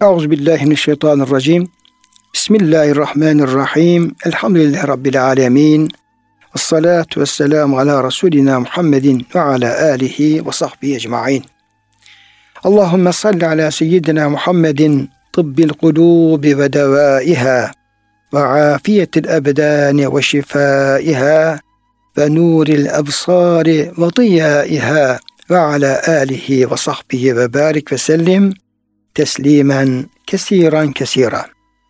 Euzubillahimineşşeytanirracim. Bismillahirrahmanirrahim. Elhamdülillahi Rabbil alemin. Vessalatu vesselamu ala Resulina Muhammedin ve ala alihi ve sahbihi ecma'in. Allahümme salli ala seyyidina Muhammedin tıbbil kulubi ve devaiha ve afiyetil ebdani ve şifaiha ve nuril ebsari ve diyaiha ve ala alihi ve sahbihi ve barik ve sellim teslimen kesiran.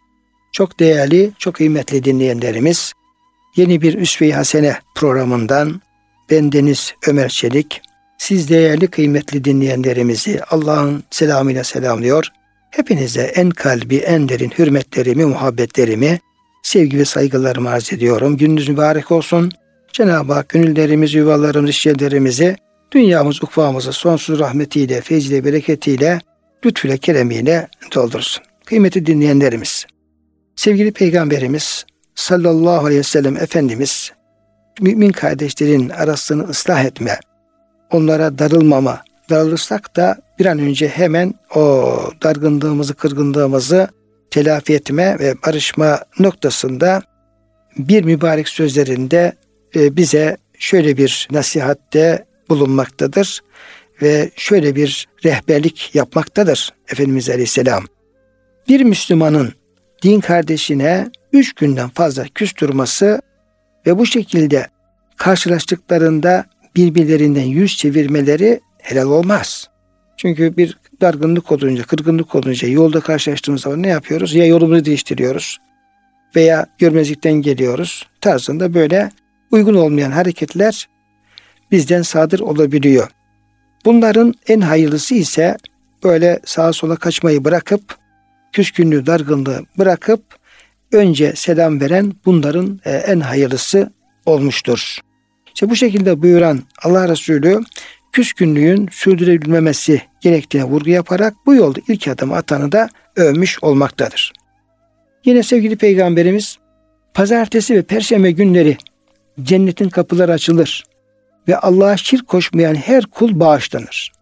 Çok değerli, çok kıymetli dinleyenlerimiz, yeni bir Üsve-i Hasene programından bendeniz Ömer Çelik, siz değerli kıymetli dinleyenlerimizi Allah'ın selamıyla selamlıyor. Hepinize en kalbi, en derin hürmetlerimi, muhabbetlerimi, sevgi ve saygılarımı arz ediyorum. Gününüz mübarek olsun. Cenab-ı Hak gönüllerimizi, yuvalarımızı, işyerlerimizi, dünyamız, ukvamızı sonsuz rahmetiyle, feyziyle, bereketiyle, lütfüyle, keremiyle doldursun. Kıymetli dinleyenlerimiz, sevgili Peygamberimiz sallallahu aleyhi ve sellem Efendimiz, mümin kardeşlerin arasını ıslah etme, onlara darılmama, darılırsak da bir an önce hemen o dargınlığımızı, kırgınlığımızı telafi etme ve barışma noktasında bir mübarek sözlerinde bize şöyle bir nasihatte bulunmaktadır ve şöyle bir rehberlik yapmaktadır Efendimiz Aleyhisselam. Bir Müslümanın din kardeşine 3 günden fazla küs durması ve bu şekilde karşılaştıklarında birbirlerinden yüz çevirmeleri helal olmaz. Çünkü bir dargınlık olunca, kırgınlık olunca yolda karşılaştığımız zaman ne yapıyoruz? Ya yolumuzu değiştiriyoruz veya görmezlikten geliyoruz tarzında böyle uygun olmayan hareketler bizden sadır olabiliyor. Bunların en hayırlısı ise böyle sağa sola kaçmayı bırakıp, küskünlüğü, dargınlığı bırakıp önce selam veren bunların en hayırlısı olmuştur. İşte bu şekilde buyuran Allah Resulü küskünlüğün sürdürülebilmemesi gerektiğine vurgu yaparak bu yolda ilk adım atanı da övmüş olmaktadır. Yine sevgili Peygamberimiz pazartesi ve perşembe günleri cennetin kapıları açılır ve Allah'a şirk koşmayan her kul bağışlanır.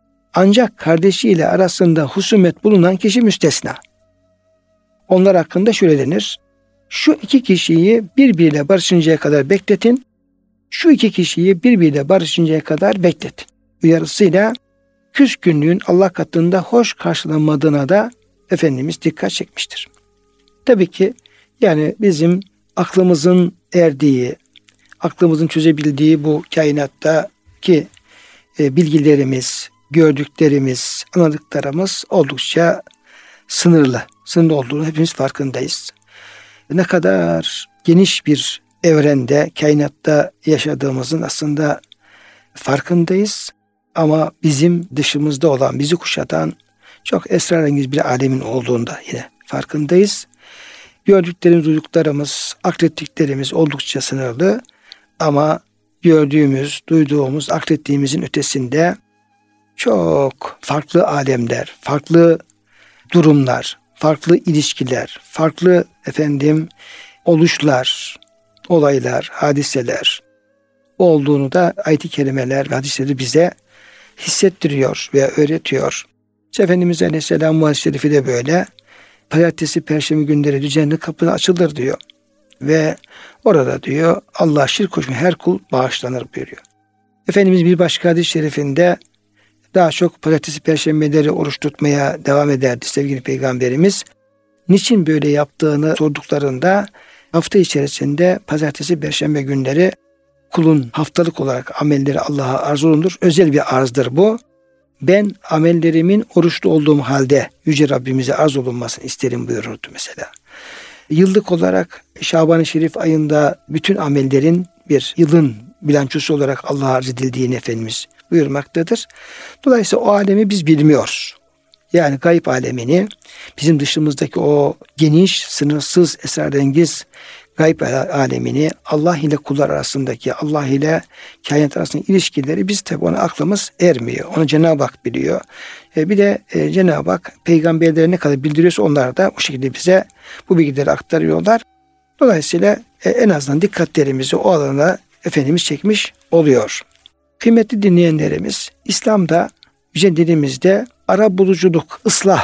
Ancak kardeşiyle arasında husumet bulunan kişi müstesna. Onlar hakkında şöyle denir: şu iki kişiyi birbiriyle barışıncaya kadar bekletin, şu iki kişiyi birbiriyle barışıncaya kadar bekletin. Uyarısıyla küskünlüğün Allah katında hoş karşılanmadığına da Efendimiz dikkat çekmiştir. Tabii ki yani bizim aklımızın erdiği, aklımızın çözebildiği bu kainattaki bilgilerimiz, gördüklerimiz, anladıklarımız oldukça sınırlı olduğunu hepimiz farkındayız. Ne kadar geniş bir evrende, kainatta yaşadığımızın aslında farkındayız. Ama bizim dışımızda olan, bizi kuşatan çok esrarengiz bir alemin olduğunda yine farkındayız. Gördüklerimiz, duyduklarımız, aklettiklerimiz oldukça sınırlı. Ama gördüğümüz, duyduğumuz, aklettiğimizin ötesinde çok farklı alemler, farklı durumlar, farklı ilişkiler, farklı oluşlar, olaylar, hadiseler olduğunu da ayet-i kerimeler ve hadisleri bize hissettiriyor ve öğretiyor. Efendimiz Aleyhisselam hadis-i şerifi de böyle. Pazartesi, perşembe günleri cennet kapısı açılır diyor. Ve orada diyor Allah şirk koşmayan her kul bağışlanır buyuruyor. Efendimiz bir başka hadis-i şerifinde daha çok pazartesi, perşembeleri oruç tutmaya devam ederdi sevgili Peygamberimiz. Niçin böyle yaptığını sorduklarında hafta içerisinde pazartesi, perşembe günleri kulun haftalık olarak amelleri Allah'a arz olunur. Özel bir arzdır bu. Ben amellerimin oruçlu olduğum halde Yüce Rabbimize arz olunmasını isterim buyururdu mesela. Yıllık olarak Şaban-ı Şerif ayında bütün amellerin bir yılın bilançosu olarak Allah'a arz edildiğini Efendimiz buyurmaktadır. Dolayısıyla o alemi biz bilmiyoruz. Yani gayb alemini, bizim dışımızdaki o geniş, sınırsız, esrarengiz gayb alemini, Allah ile kullar arasındaki, Allah ile kainat arasındaki ilişkileri biz tabi ona aklımız ermiyor. Onu Cenab-ı Hak biliyor. Bir de Cenab-ı Hak peygamberlere ne kadar bildiriyorsa onlar da bu şekilde bize bu bilgileri aktarıyorlar. Dolayısıyla en azından dikkatlerimizi o alana Efendimiz çekmiş oluyor. Kıymetli dinleyenlerimiz, İslam'da yüce dinimizde arabuluculuk, ıslah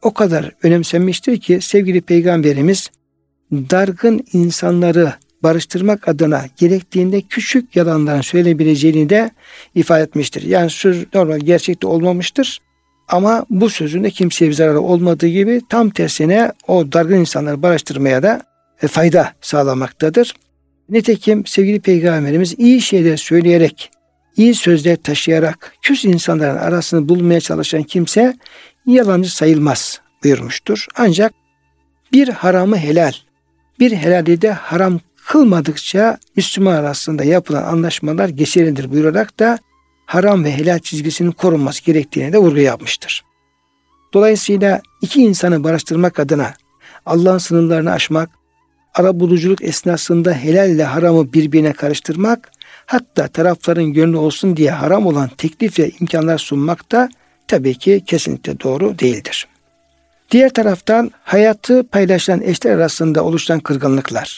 o kadar önemsenmiştir ki sevgili Peygamberimiz dargın insanları barıştırmak adına gerektiğinde küçük yalanların söyleyebileceğini de ifade etmiştir. Yani söz normal gerçekte olmamıştır ama bu sözünde kimseye bir zararı olmadığı gibi tam tersine o dargın insanları barıştırmaya da fayda sağlamaktadır. Nitekim sevgili Peygamberimiz iyi şeyler söyleyerek, iyi sözler taşıyarak küs insanların arasını bulmaya çalışan kimse yalancı sayılmaz buyurmuştur. Ancak bir haramı helal, bir helali de haram kılmadıkça Müslüman arasında yapılan anlaşmalar geçerlidir buyurarak da haram ve helal çizgisinin korunması gerektiğine de vurgu yapmıştır. Dolayısıyla iki insanı barıştırmak adına Allah'ın sınırlarını aşmak, arabuluculuk esnasında helal ile haramı birbirine karıştırmak, hatta tarafların gönlü olsun diye haram olan teklif ve imkanlar sunmak da tabii ki kesinlikle doğru değildir. Diğer taraftan hayatı paylaşılan eşler arasında oluşan kırgınlıklar,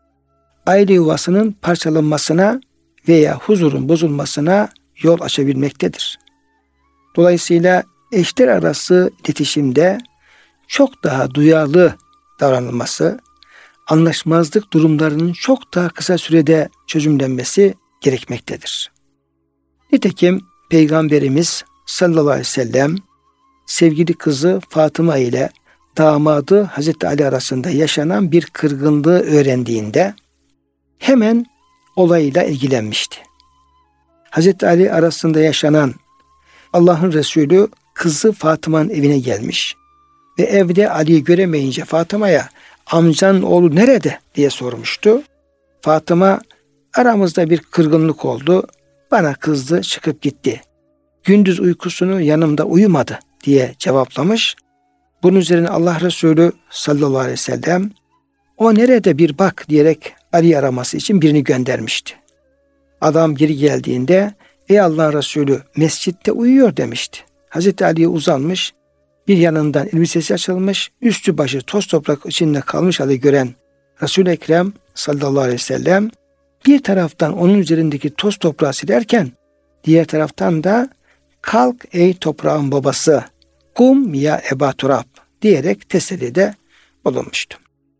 aile yuvasının parçalanmasına veya huzurun bozulmasına yol açabilmektedir. Dolayısıyla eşler arası iletişimde çok daha duyarlı davranılması, anlaşmazlık durumlarının çok daha kısa sürede çözümlenmesi gerekmektedir. Nitekim Peygamberimiz sallallahu aleyhi ve sellem sevgili kızı Fatıma ile damadı Hazreti Ali arasında yaşanan bir kırgınlığı öğrendiğinde hemen olayla ilgilenmişti. Hazreti Ali arasında yaşanan Allah'ın Resulü kızı Fatıma'nın evine gelmiş ve evde Ali'yi göremeyince Fatıma'ya amcanın oğlu nerede diye sormuştu. Fatıma aramızda bir kırgınlık oldu. Bana kızdı, çıkıp gitti. Gündüz uykusunu yanımda uyumadı diye cevaplamış. Bunun üzerine Allah Resulü sallallahu aleyhi ve sellem o nerede bir bak diyerek Ali'yi araması için birini göndermişti. Adam geri geldiğinde ey Allah'ın Resulü mescitte uyuyor demişti. Hazreti Ali'ye uzanmış, bir yanından elbisesi açılmış, üstü başı toz toprak içinde kalmış halde gören Resul-i Ekrem sallallahu aleyhi ve sellem bir taraftan onun üzerindeki toz toprağı silerken diğer taraftan da kalk ey toprağın babası, kum ya Eba Turab diyerek tesellide bulunmuştu.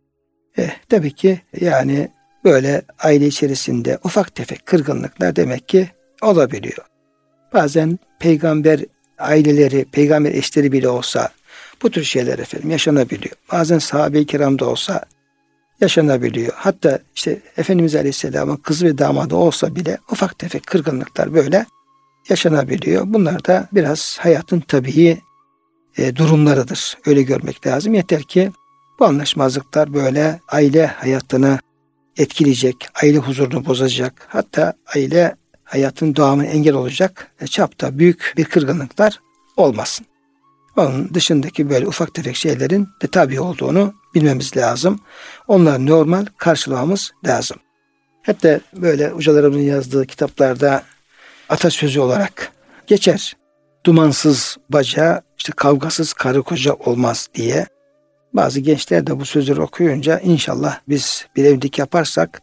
Tabii ki yani böyle aile içerisinde ufak tefek kırgınlıklar demek ki olabiliyor. Bazen peygamber aileleri, peygamber eşleri bile olsa bu tür şeyler yaşanabiliyor. Bazen sahabe-i kiramda olsa yaşanabiliyor. Hatta işte Efendimiz Aleyhisselam'ın kızı ve damadı olsa bile ufak tefek kırgınlıklar böyle yaşanabiliyor. Bunlar da biraz hayatın tabii durumlarıdır. Öyle görmek lazım. Yeter ki bu anlaşmazlıklar böyle aile hayatını etkileyecek, aile huzurunu bozacak, hatta aile hayatın devamına engel olacak çapta büyük bir kırgınlıklar olmasın. Onun dışındaki böyle ufak tefek şeylerin de tabii olduğunu bilmemiz lazım. Onları normal karşılamamız lazım. Hatta böyle hocalarımızın yazdığı kitaplarda atasözü olarak geçer. Dumansız baca, işte kavgasız karı koca olmaz diye. Bazı gençler de bu sözleri okuyunca inşallah biz bir evlilik yaparsak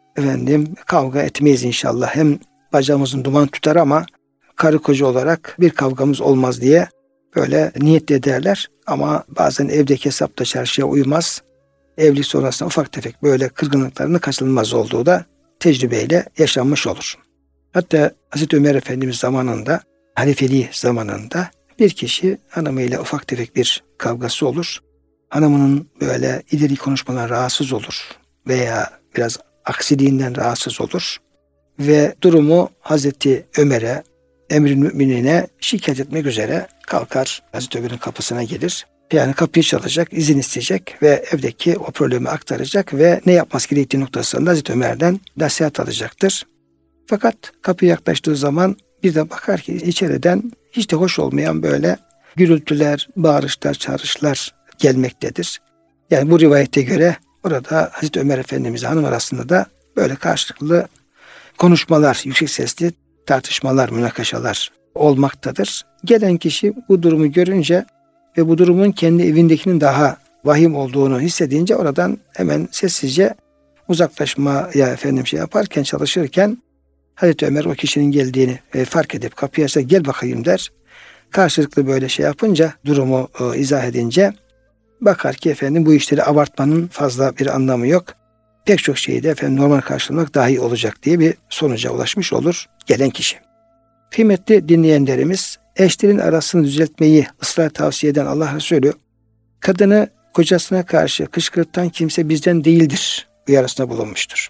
kavga etmeyiz inşallah. Hem bacağımızın duman tutar ama karı koca olarak bir kavgamız olmaz diye böyle niyet ederler. Ama bazen evdeki hesap da çarşıya uymaz. Evlilik sonrasında ufak tefek böyle kırgınlıkların kaçınılmaz olduğu da tecrübeyle yaşanmış olur. Hatta Hazreti Ömer Efendimiz zamanında, halifeliği zamanında bir kişi hanımıyla ufak tefek bir kavgası olur. Hanımının böyle ileri konuşmadan rahatsız olur veya biraz aksiliğinden rahatsız olur ve durumu Hazreti Ömer'e, emri müminine şikayet etmek üzere kalkar. Hazreti Ömer'in kapısına gelir. Yani kapıyı çalacak, izin isteyecek ve evdeki o problemi aktaracak ve ne yapması gerektiği noktasında Hazreti Ömer'den nasihat alacaktır. Fakat kapıya yaklaştığı zaman bir de bakar ki içeriden hiç de hoş olmayan böyle gürültüler, bağırışlar, çağrışlar gelmektedir. Yani bu rivayete göre orada Hazreti Ömer Efendimiz hanım arasında da böyle karşılıklı konuşmalar, yüksek sesli tartışmalar, münakaşalar olmaktadır. Gelen kişi bu durumu görünce ve bu durumun kendi evindekinin daha vahim olduğunu hissedince oradan hemen sessizce uzaklaşmaya yaparken, çalışırken Hazreti Ömer o kişinin geldiğini fark edip kapıyı açsa gel bakayım der. karşılıklı böyle şey yapınca, durumu izah edince bakar ki efendim bu işleri abartmanın fazla bir anlamı yok. Pek çok şeyi de efendim normal karşılamak daha iyi olacak diye bir sonuca ulaşmış olur gelen kişi. Kıymetli dinleyenlerimiz, eşlerin arasını düzeltmeyi ısrar tavsiye eden Allah Resulü, kadını kocasına karşı kışkırtan kimse bizden değildir uyarısında bulunmuştur.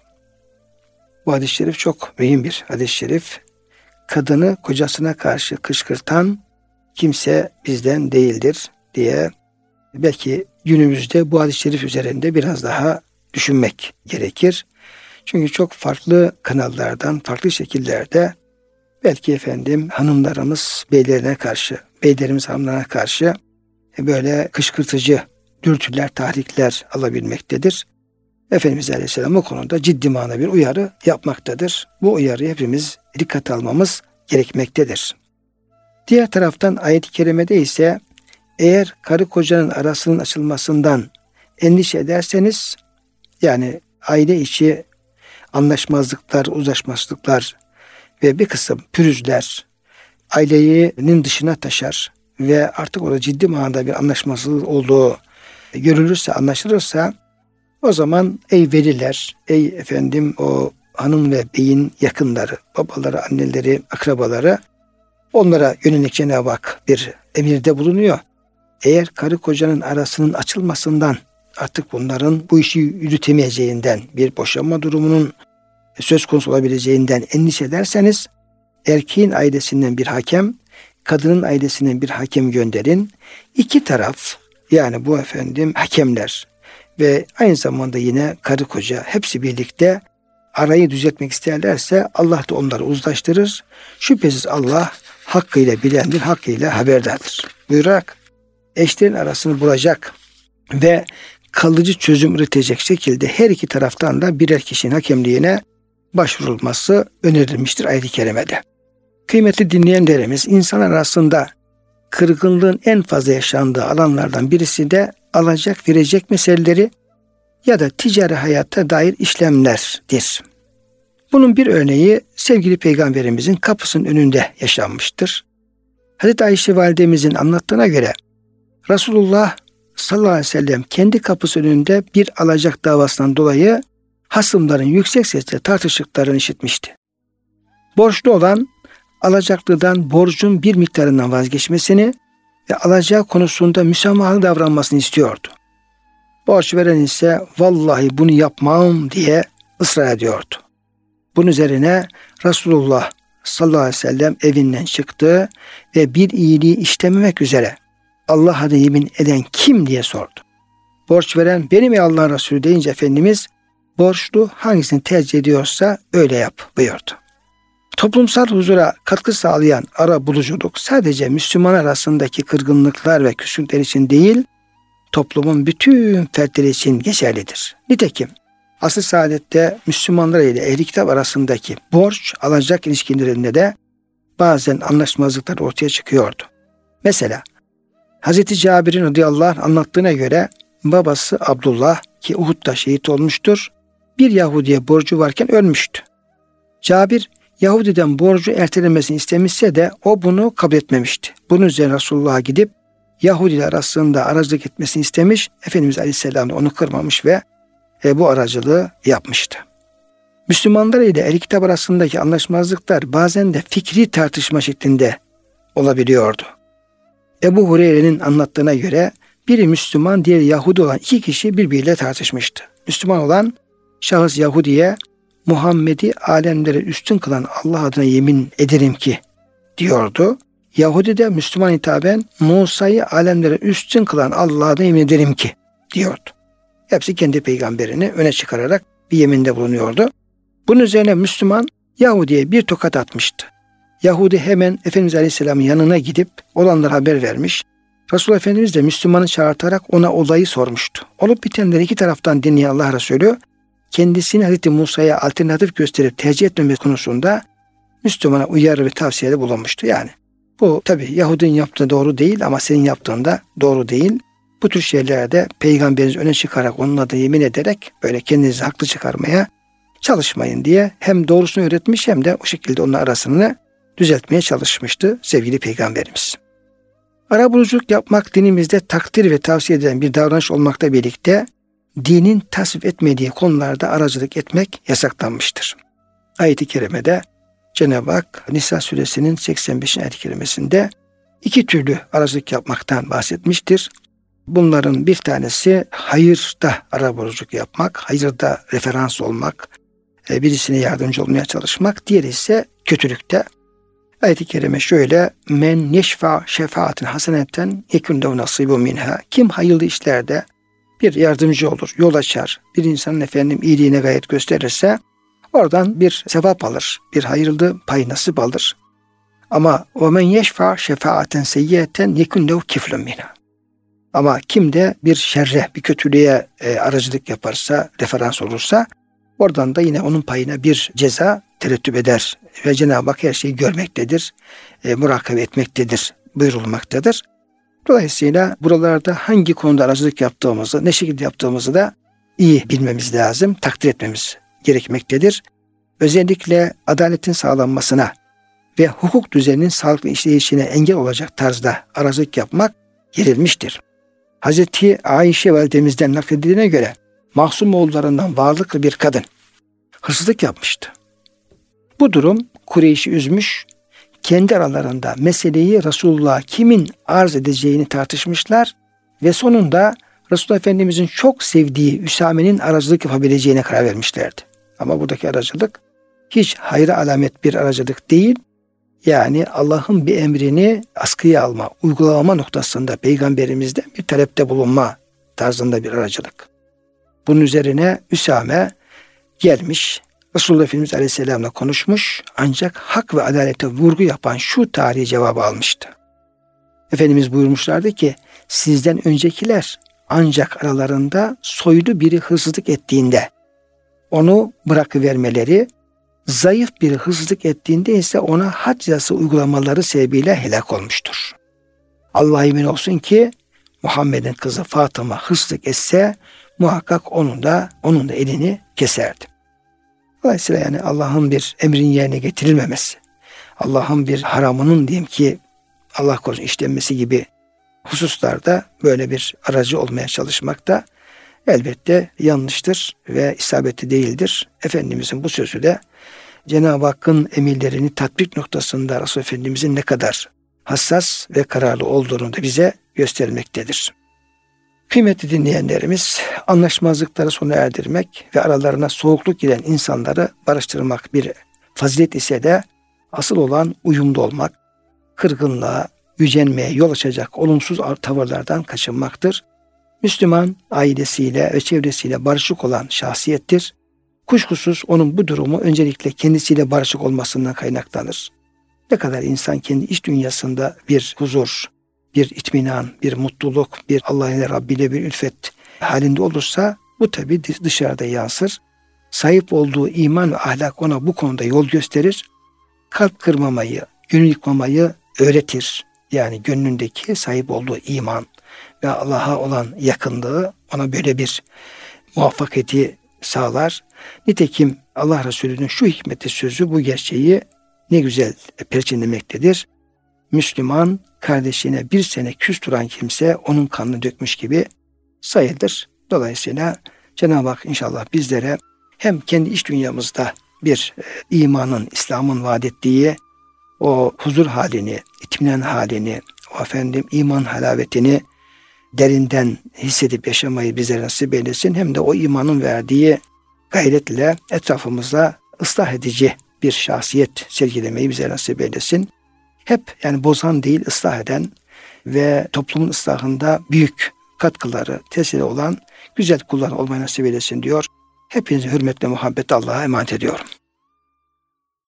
Bu hadis-i şerif çok mühim bir hadis-i şerif. Kadını kocasına karşı kışkırtan kimse bizden değildir diye belki günümüzde bu hadis-i şerif üzerinde biraz daha düşünmek gerekir. Çünkü çok farklı kanallardan, farklı şekillerde belki efendim hanımlarımız beylerine karşı, beylerimiz hanımlarına karşı böyle kışkırtıcı dürtüler, tahrikler alabilmektedir. Efendimiz Aleyhisselam bu konuda ciddi manada bir uyarı yapmaktadır. Bu uyarıyı hepimiz dikkate almamız gerekmektedir. Diğer taraftan ayet-i kerimede ise eğer karı kocanın arasının açılmasından endişe ederseniz, yani aile içi anlaşmazlıklar, uzlaşmazlıklar ve bir kısım pürüzler ailenin dışına taşar ve artık orada ciddi manada bir anlaşmazlık olduğu görülürse, anlaşılırsa, o zaman ey veliler, ey efendim o hanım ve beyin yakınları, babaları, anneleri, akrabaları, onlara yönelik Cenab-ı Hak bir emirde bulunuyor. Eğer karı kocanın arasının açılmasından, artık bunların bu işi yürütemeyeceğinden, bir boşanma durumunun söz konusu olabileceğinden endişe ederseniz, erkeğin ailesinden bir hakem, kadının ailesinden bir hakem gönderin. İki taraf, yani bu efendim hakemler ve aynı zamanda yine karı koca hepsi birlikte arayı düzeltmek isterlerse Allah da onları uzlaştırır. Şüphesiz Allah hakkıyla bilendir, hakkıyla haberdardır buyurarak eşlerin arasını bulacak ve kalıcı çözüm üretecek şekilde her iki taraftan da birer kişinin hakemliğine başvurulması önerilmiştir ayet-i kerimede. Kıymetli dinleyenlerimiz, insanlar arasında kırgınlığın en fazla yaşandığı alanlardan birisi de alacak verecek meseleleri ya da ticari hayata dair işlemlerdir. Bunun bir örneği sevgili Peygamberimizin kapısının önünde yaşanmıştır. Hazreti Ayşe validemizin anlattığına göre Resulullah sallallahu aleyhi ve sellem kendi kapısı önünde bir alacak davasından dolayı hasımların yüksek sesle tartıştıklarını işitmişti. Borçlu olan alacaklıdan borcun bir miktarından vazgeçmesini ve alacağı konusunda müsamahalı davranmasını istiyordu. Borç veren ise vallahi bunu yapmam diye ısrar ediyordu. Bunun üzerine Resulullah sallallahu aleyhi ve sellem evinden çıktı ve bir iyiliği işlememek üzere Allah adına yemin eden kim diye sordu. Borç veren benim ey Allah'ın Resulü deyince Efendimiz borçlu hangisini tercih ediyorsa öyle yap buyurdu. Toplumsal huzura katkı sağlayan ara buluculuk sadece Müslüman arasındaki kırgınlıklar ve küslükler için değil, toplumun bütün fertleri için geçerlidir. Nitekim asr-ı saadette Müslümanlar ile ehli kitap arasındaki borç alacak ilişkilerinde de bazen anlaşmazlıklar ortaya çıkıyordu. Mesela Hazreti Cabir'in radıyallahu anh anlattığına göre babası Abdullah ki Uhud'da şehit olmuştur, bir Yahudi'ye borcu varken ölmüştü. Cabir Yahudi'den borcu ertelenmesini istemişse de o bunu kabul etmemişti. Bunun üzerine Resulullah'a gidip Yahudiler arasında aracılık etmesini istemiş. Efendimiz Aleyhisselam da onu kırmamış ve bu aracılığı yapmıştı. Müslümanlar ile ehli kitap arasındaki anlaşmazlıklar bazen de fikri tartışma şeklinde olabiliyordu. Ebu Hureyre'nin anlattığına göre biri Müslüman, diğeri Yahudi olan iki kişi birbiriyle tartışmıştı. Müslüman olan şahıs Yahudi'ye Muhammed'i alemlere üstün kılan Allah adına yemin ederim ki diyordu. Yahudi de Müslüman hitaben Musa'yı alemlere üstün kılan Allah adına yemin ederim ki diyordu. Hepsi kendi peygamberini öne çıkararak bir yeminde bulunuyordu. Bunun üzerine Müslüman Yahudi'ye bir tokat atmıştı. Yahudi hemen Efendimiz Aleyhisselam'ın yanına gidip olanlara haber vermiş. Resulullah Efendimiz de Müslümanı çağırtarak ona olayı sormuştu. Olup bitenleri iki taraftan dinleyen Allah Resulü kendisini Hazreti Musa'ya alternatif gösterip tercih etmemesi konusunda Müslümana uyarı ve tavsiyede bulunmuştu. Yani bu tabi Yahudinin yaptığı doğru değil ama senin yaptığın da doğru değil. Bu tür şeylerde peygamberiniz öne çıkarak onun adına yemin ederek böyle kendinizi haklı çıkarmaya çalışmayın diye hem doğrusunu öğretmiş hem de o şekilde onun arasını düzeltmeye çalışmıştı sevgili peygamberimiz. Arabuluculuk yapmak dinimizde takdir ve tavsiye edilen bir davranış olmakla birlikte dinin tasvip etmediği konularda aracılık etmek yasaklanmıştır. Ayet-i kerimede Cenab-ı Hak Nisa suresinin 85. ayet-i kerimesinde iki türlü aracılık yapmaktan bahsetmiştir. Bunların bir tanesi hayırda arabuluculuk yapmak, hayırda referans olmak, birisine yardımcı olmaya çalışmak. Diğeri ise kötülükte. Ayet-i kerime şöyle: Men yeşfa şefaatin haseneten yekun lehu nasibu minha. Kim hayırlı işlerde bir yardımcı olur, yol açar, bir insanın iyiliğine gayret gösterirse oradan bir sevap alır, bir hayırlı pay nasip alır. Ama o men yeşfa şefaaten seyyiyeten yekun lehu kiflun minha. Ama kim de bir şerre, bir kötülüğe aracılık yaparsa, referans olursa oradan da yine onun payına bir ceza terettüp eder. Ve Cenab-ı Hak her şeyi görmektedir, murakabe etmektedir, buyurulmaktadır. Dolayısıyla buralarda hangi konuda aracılık yaptığımızı, ne şekilde yaptığımızı da iyi bilmemiz lazım, takdir etmemiz gerekmektedir. Özellikle adaletin sağlanmasına ve hukuk düzeninin sağlıklı işleyişine engel olacak tarzda aracılık yapmak yerilmiştir. Hazreti Ayşe validemizden nakledildiğine göre Mahzumoğullarından varlıklı bir kadın hırsızlık yapmıştı. Bu durum Kureyş'i üzmüş, kendi aralarında meseleyi Resulullah'a kimin arz edeceğini tartışmışlar ve sonunda Resulullah Efendimizin çok sevdiği Üsame'nin aracılık yapabileceğine karar vermişlerdi. Ama buradaki aracılık hiç hayra alamet bir aracılık değil, yani Allah'ın bir emrini askıya alma, uygulama noktasında Peygamberimizden bir talepte bulunma tarzında bir aracılık. Bunun üzerine Üsame gelmiş, Resulullah Efendimiz Aleyhisselam'la konuşmuş, ancak hak ve adalete vurgu yapan şu tarihi cevabı almıştı. Efendimiz buyurmuşlardı ki, sizden öncekiler ancak aralarında soylu biri hırsızlık ettiğinde onu bırakıvermeleri, zayıf biri hırsızlık ettiğinde ise ona had cezası uygulamaları sebebiyle helak olmuştur. Allah'a emin olsun ki Muhammed'in kızı Fatıma hırsızlık etse muhakkak onun da elini keserdi. Dolayısıyla yani Allah'ın bir emrin yerine getirilmemesi, Allah'ın bir haramının diyeyim ki Allah korusun işlenmesi gibi hususlarda böyle bir aracı olmaya çalışmak da elbette yanlıştır ve isabetli değildir. Efendimizin bu sözü de Cenab-ı Hakk'ın emirlerini tatbik noktasında Resulullah Efendimizin ne kadar hassas ve kararlı olduğunu da bize göstermektedir. Kıymetli dinleyenlerimiz, anlaşmazlıkları sona erdirmek ve aralarına soğukluk giren insanları barıştırmak bir fazilet ise de asıl olan uyumlu olmak, kırgınlığa, gücenmeye yol açacak olumsuz tavırlardan kaçınmaktır. Müslüman ailesiyle ve çevresiyle barışık olan şahsiyettir. Kuşkusuz onun bu durumu öncelikle kendisiyle barışık olmasından kaynaklanır. Ne kadar insan kendi iç dünyasında bir huzur, bir itminan, bir mutluluk, bir Allah ile Rabbi ile bir ülfet halinde olursa bu tabi dışarıda yansır. Sahip olduğu iman ve ahlak ona bu konuda yol gösterir. Kalp kırmamayı, gönül yıkmamayı öğretir. Yani gönlündeki sahip olduğu iman ve Allah'a olan yakınlığı ona böyle bir muvaffakiyeti sağlar. Nitekim Allah Resulü'nün şu hikmetli sözü bu gerçeği ne güzel perçinlemektedir. Müslüman kardeşine bir sene küs duran kimse onun kanını dökmüş gibi sayılır. Dolayısıyla Cenab-ı Hak inşallah bizlere hem kendi iç dünyamızda bir imanın, İslam'ın vaat ettiği o huzur halini, itminan halini, o iman halavetini derinden hissedip yaşamayı bizlere nasip eylesin. Hem de o imanın verdiği gayretle etrafımızda ıslah edici bir şahsiyet sergilemeyi bize nasip eylesin. Hep yani bozan değil, ıslah eden ve toplumun ıslahında büyük katkıları, tesiri olan güzel kullar olmayı nasip eylesin diyor. Hepinize hürmetle, muhabbetle Allah'a emanet ediyorum.